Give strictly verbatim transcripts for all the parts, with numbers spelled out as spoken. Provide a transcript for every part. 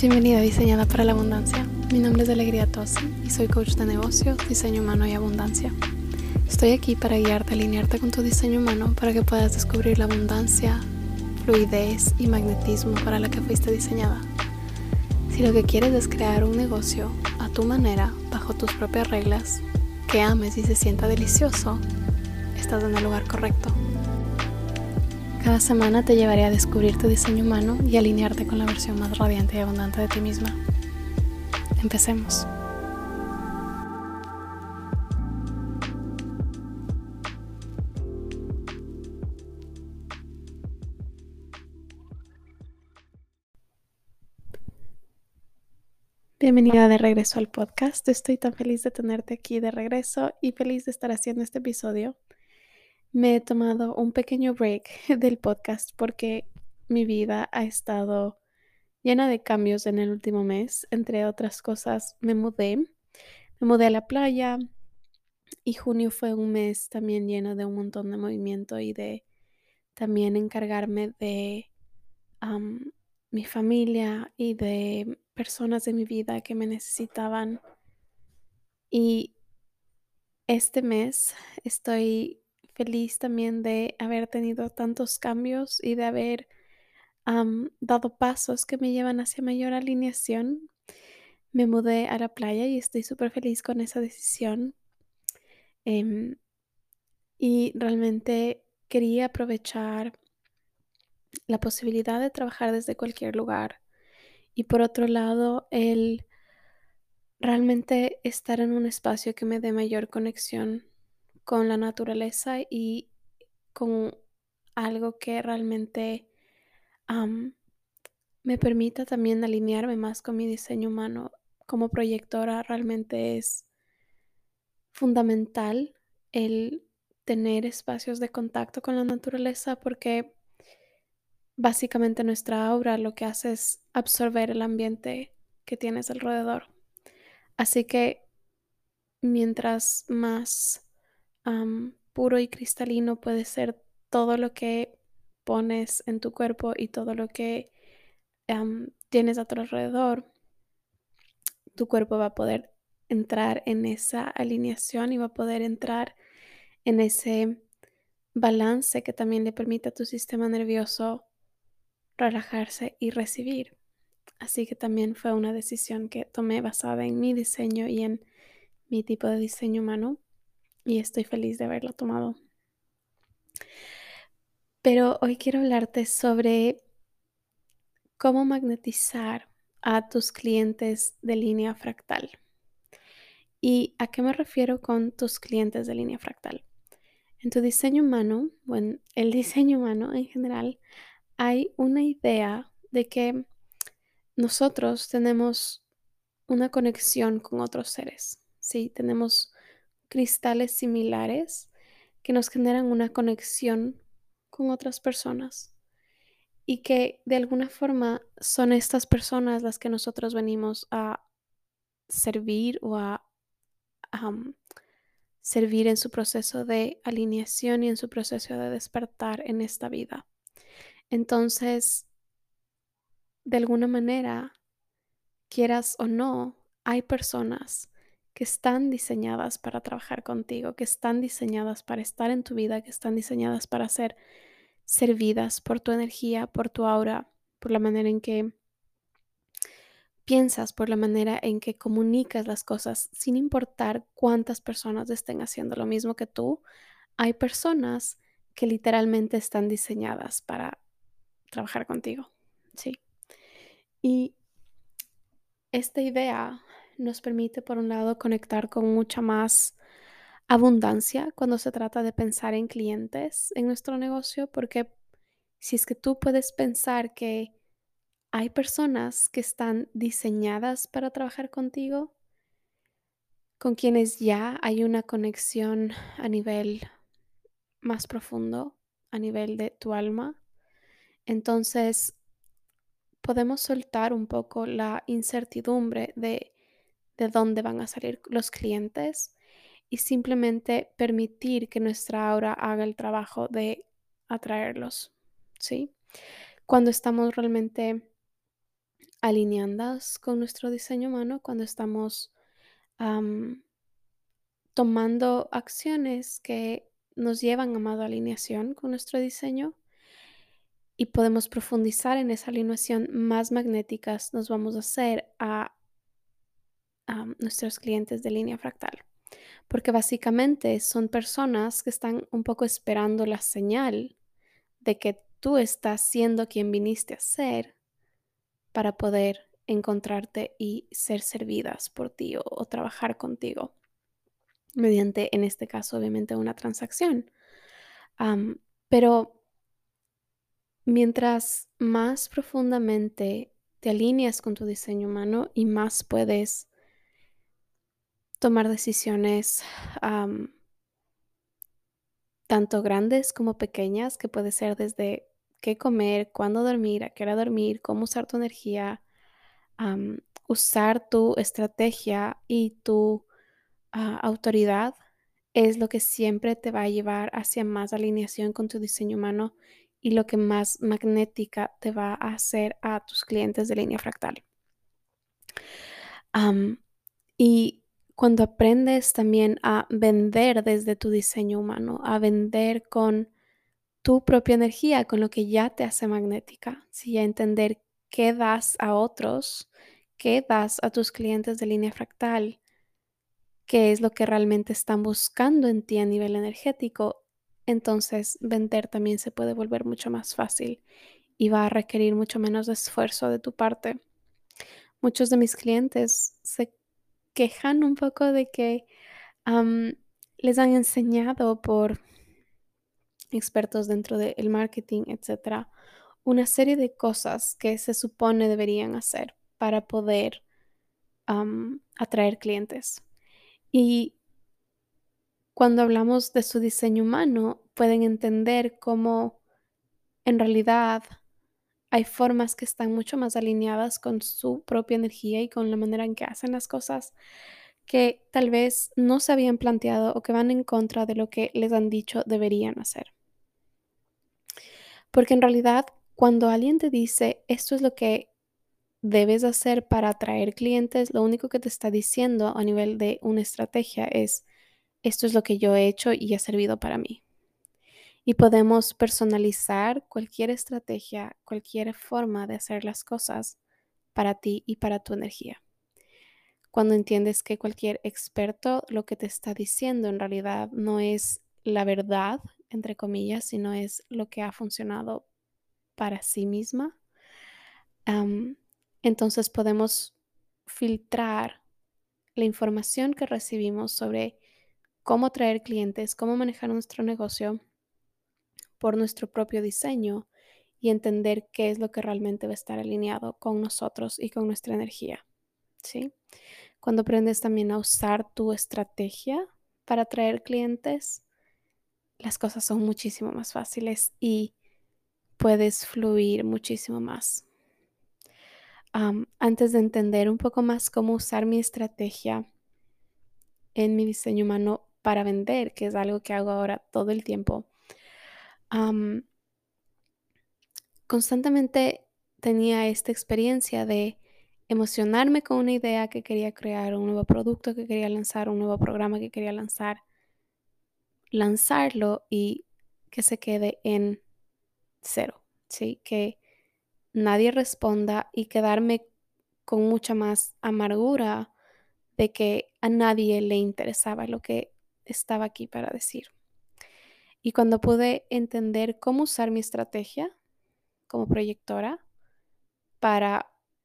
Bienvenida a Diseñada para la Abundancia. Mi nombre es Alegría Tosi y soy coach de negocios, diseño humano y abundancia. Estoy aquí para guiarte a alinearte con tu diseño humano para que puedas descubrir la abundancia, fluidez y magnetismo para la que fuiste diseñada. Si lo que quieres es crear un negocio a tu manera, bajo tus propias reglas, que ames y se sienta delicioso, estás en el lugar correcto. Cada semana te llevaré a descubrir tu diseño humano y alinearte con la versión más radiante y abundante de ti misma. Empecemos. Bienvenida de regreso al podcast. Estoy tan feliz de tenerte aquí de regreso y feliz de estar haciendo este episodio. Me he tomado un pequeño break del podcast porque mi vida ha estado llena de cambios en el último mes. Entre otras cosas, me mudé. Me mudé a la playa y junio fue un mes también lleno de un montón de movimiento y de también encargarme de um, mi familia y de personas de mi vida que me necesitaban. Y este mes estoy feliz también de haber tenido tantos cambios y de haber um, dado pasos que me llevan hacia mayor alineación. Me mudé a la playa y estoy súper feliz con esa decisión. Um, y realmente quería aprovechar la posibilidad de trabajar desde cualquier lugar. Y por otro lado, el realmente estar en un espacio que me dé mayor conexión con la naturaleza y con algo que realmente um, me permita también alinearme más con mi diseño humano. Como proyectora realmente es fundamental el tener espacios de contacto con la naturaleza porque básicamente nuestra aura lo que hace es absorber el ambiente que tienes alrededor. Así que mientras más um, puro y cristalino puede ser todo lo que pones en tu cuerpo y todo lo que um, tienes a tu alrededor, tu cuerpo va a poder entrar en esa alineación y va a poder entrar en ese balance que también le permite a tu sistema nervioso relajarse y recibir. Así que también fue una decisión que tomé basada en mi diseño y en mi tipo de diseño humano y estoy feliz de haberlo tomado. Pero hoy quiero hablarte sobre cómo magnetizar a tus clientes de línea fractal. ¿Y a qué me refiero con tus clientes de línea fractal? En tu diseño humano, o en el diseño humano en general, hay una idea de que nosotros tenemos una conexión con otros seres, ¿sí? Tenemos cristales similares que nos generan una conexión con otras personas y que de alguna forma son estas personas las que nosotros venimos a servir o a um, servir en su proceso de alineación y en su proceso de despertar en esta vida. Entonces, de alguna manera, quieras o no, hay personas que están diseñadas para trabajar contigo, que están diseñadas para estar en tu vida, que están diseñadas para ser servidas por tu energía, por tu aura, por la manera en que piensas, por la manera en que comunicas las cosas, sin importar cuántas personas estén haciendo lo mismo que tú. Hay personas que literalmente están diseñadas para trabajar contigo, ¿sí? Y esta idea nos permite, por un lado, conectar con mucha más abundancia cuando se trata de pensar en clientes en nuestro negocio, porque si es que tú puedes pensar que hay personas que están diseñadas para trabajar contigo, con quienes ya hay una conexión a nivel más profundo, a nivel de tu alma, entonces podemos soltar un poco la incertidumbre de de dónde van a salir los clientes y simplemente permitir que nuestra aura haga el trabajo de atraerlos, ¿sí? Cuando estamos realmente alineadas con nuestro diseño humano, cuando estamos am, tomando acciones que nos llevan a más alineación con nuestro diseño y podemos profundizar en esa alineación, más magnéticas nos vamos a hacer a am, nuestros clientes de línea fractal. Porque básicamente son personas que están un poco esperando la señal de que tú estás siendo quien viniste a ser para poder encontrarte y ser servidas por ti o, o trabajar contigo mediante, en este caso, obviamente, una transacción. Am, pero mientras más profundamente te alineas con tu diseño humano y más puedes tomar decisiones, am, tanto grandes como pequeñas, que puede ser desde qué comer, cuándo dormir, a qué hora dormir, cómo usar tu energía, am, usar tu estrategia y tu ah, autoridad, es lo que siempre te va a llevar hacia más alineación con tu diseño humano y lo que más magnética te va a hacer a tus clientes de línea fractal. Am, y cuando aprendes también a vender desde tu diseño humano, a vender con tu propia energía, con lo que ya te hace magnética, ¿sí? A entender qué das a otros, qué das a tus clientes de línea fractal, qué es lo que realmente están buscando en ti a nivel energético, entonces vender también se puede volver mucho más fácil y va a requerir mucho menos esfuerzo de tu parte. Muchos de mis clientes se quejan un poco de que am, les han enseñado por expertos dentro del marketing, etcétera, una serie de cosas que se supone deberían hacer para poder am, atraer clientes. Y cuando hablamos de su diseño humano, pueden entender cómo en realidad hay formas que están mucho más alineadas con su propia energía y con la manera en que hacen las cosas que tal vez no se habían planteado o que van en contra de lo que les han dicho deberían hacer. Porque en realidad, cuando alguien te dice esto es lo que debes hacer para atraer clientes, lo único que te está diciendo a nivel de una estrategia es esto es lo que yo he hecho y ha servido para mí. Y podemos personalizar cualquier estrategia, cualquier forma de hacer las cosas para ti y para tu energía. Cuando entiendes que cualquier experto lo que te está diciendo en realidad no es la verdad, entre comillas, sino es lo que ha funcionado para sí misma, am, entonces podemos filtrar la información que recibimos sobre cómo atraer clientes, cómo manejar nuestro negocio por nuestro propio diseño y entender qué es lo que realmente va a estar alineado con nosotros y con nuestra energía, ¿sí? Cuando aprendes también a usar tu estrategia para atraer clientes, las cosas son muchísimo más fáciles y puedes fluir muchísimo más. Um, antes de entender un poco más cómo usar mi estrategia en mi diseño humano para vender, que es algo que hago ahora todo el tiempo, um, constantemente tenía esta experiencia de emocionarme con una idea que quería crear, un nuevo producto que quería lanzar, un nuevo programa que quería lanzar, lanzarlo y que se quede en cero, ¿sí? Que nadie responda y quedarme con mucha más amargura de que a nadie le interesaba lo que estaba aquí para decir. Y cuando pude entender cómo usar mi estrategia como proyectora para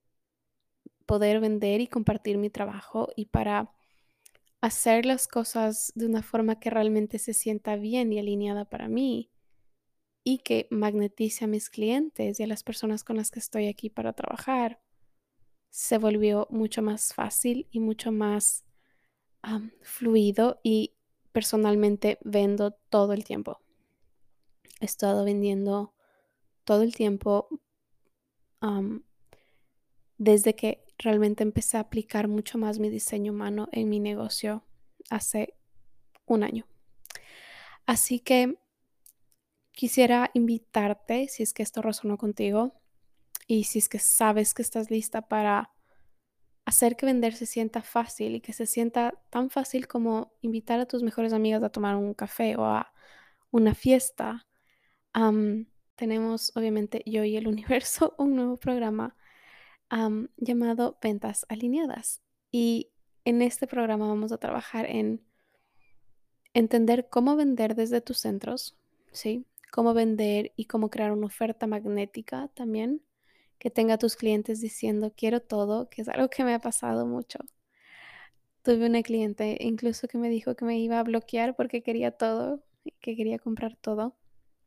poder vender y compartir mi trabajo y para hacer las cosas de una forma que realmente se sienta bien y alineada para mí y que magnetice a mis clientes y a las personas con las que estoy aquí para trabajar, se volvió mucho más fácil y mucho más um, fluido y personalmente vendo todo el tiempo. He estado vendiendo todo el tiempo um, desde que realmente empecé a aplicar mucho más mi diseño humano en mi negocio hace un año. Así que quisiera invitarte, si es que esto resonó contigo, Y si es que sabes que estás lista para hacer que vender se sienta fácil y que se sienta tan fácil como invitar a tus mejores amigas a tomar un café o a una fiesta, am, tenemos obviamente yo y el universo un nuevo programa am, llamado Ventas Alineadas. Y en este programa vamos a trabajar en entender cómo vender desde tus centros, ¿sí? Cómo vender y cómo crear una oferta magnética también que tenga a tus clientes diciendo quiero todo, que es algo que me ha pasado mucho. Tuve una cliente incluso que me dijo que me iba a bloquear porque quería todo, que quería comprar todo.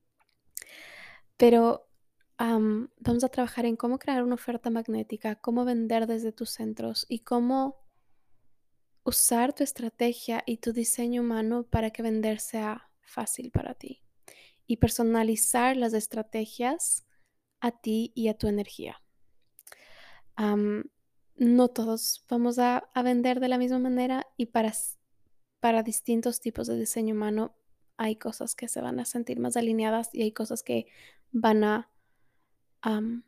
Pero am, vamos a trabajar en cómo crear una oferta magnética, cómo vender desde tus centros y cómo usar tu estrategia y tu diseño humano para que vender sea fácil para ti y personalizar las estrategias a ti y a tu energía. Am, no todos vamos a, a vender de la misma manera y para, s- para distintos tipos de diseño humano hay cosas que se van a sentir más alineadas y hay cosas que van a am,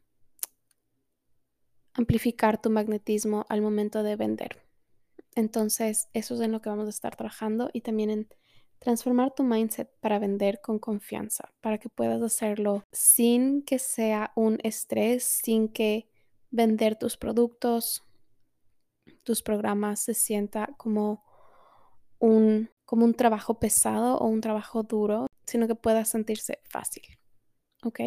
amplificar tu magnetismo al momento de vender. Entonces, eso es en lo que vamos a estar trabajando y también en transformar tu mindset para vender con confianza, para que puedas hacerlo sin que sea un estrés, sin que vender tus productos, tus programas se sienta como un, como un trabajo pesado o un trabajo duro, sino que pueda sentirse fácil, ¿ok?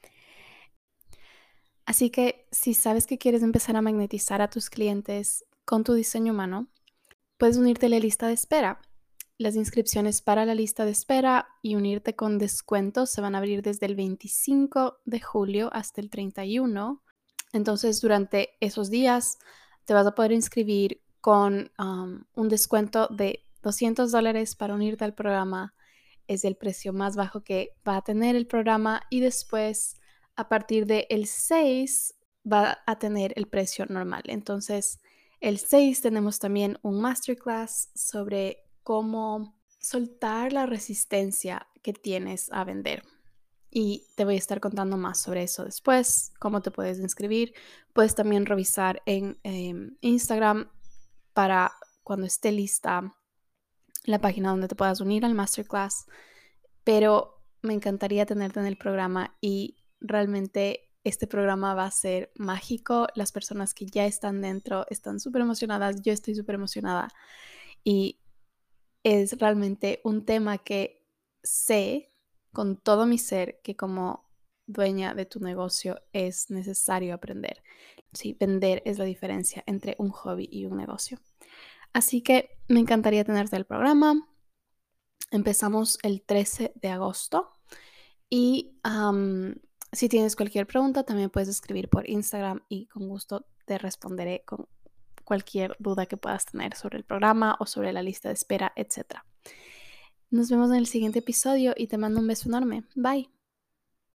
Así que si sabes que quieres empezar a magnetizar a tus clientes con tu diseño humano, puedes unirte a la lista de espera. Las inscripciones para la lista de espera y unirte con descuentos se van a abrir desde el veinticinco de julio hasta el treinta y uno. Entonces, durante esos días te vas a poder inscribir con um, un descuento de doscientos dólares para unirte al programa. Es el precio más bajo que va a tener el programa y después, a partir del seis, va a tener el precio normal. Entonces, el seis tenemos también un masterclass sobre cómo soltar la resistencia que tienes a vender. Y te voy a estar contando más sobre eso después, cómo te puedes inscribir. Puedes también revisar en eh, Instagram para cuando esté lista la página donde te puedas unir al masterclass. Pero me encantaría tenerte en el programa y realmente este programa va a ser mágico. Las personas que ya están dentro están súper emocionadas, yo estoy súper emocionada y es realmente un tema que sé con todo mi ser que como dueña de tu negocio es necesario aprender. Sí, vender es la diferencia entre un hobby y un negocio. Así que me encantaría tenerte el programa. Empezamos el trece de agosto y um, si tienes cualquier pregunta también puedes escribir por Instagram y con gusto te responderé con cualquier duda que puedas tener sobre el programa o sobre la lista de espera, etcétera. Nos vemos en el siguiente episodio y te mando un beso enorme. Bye.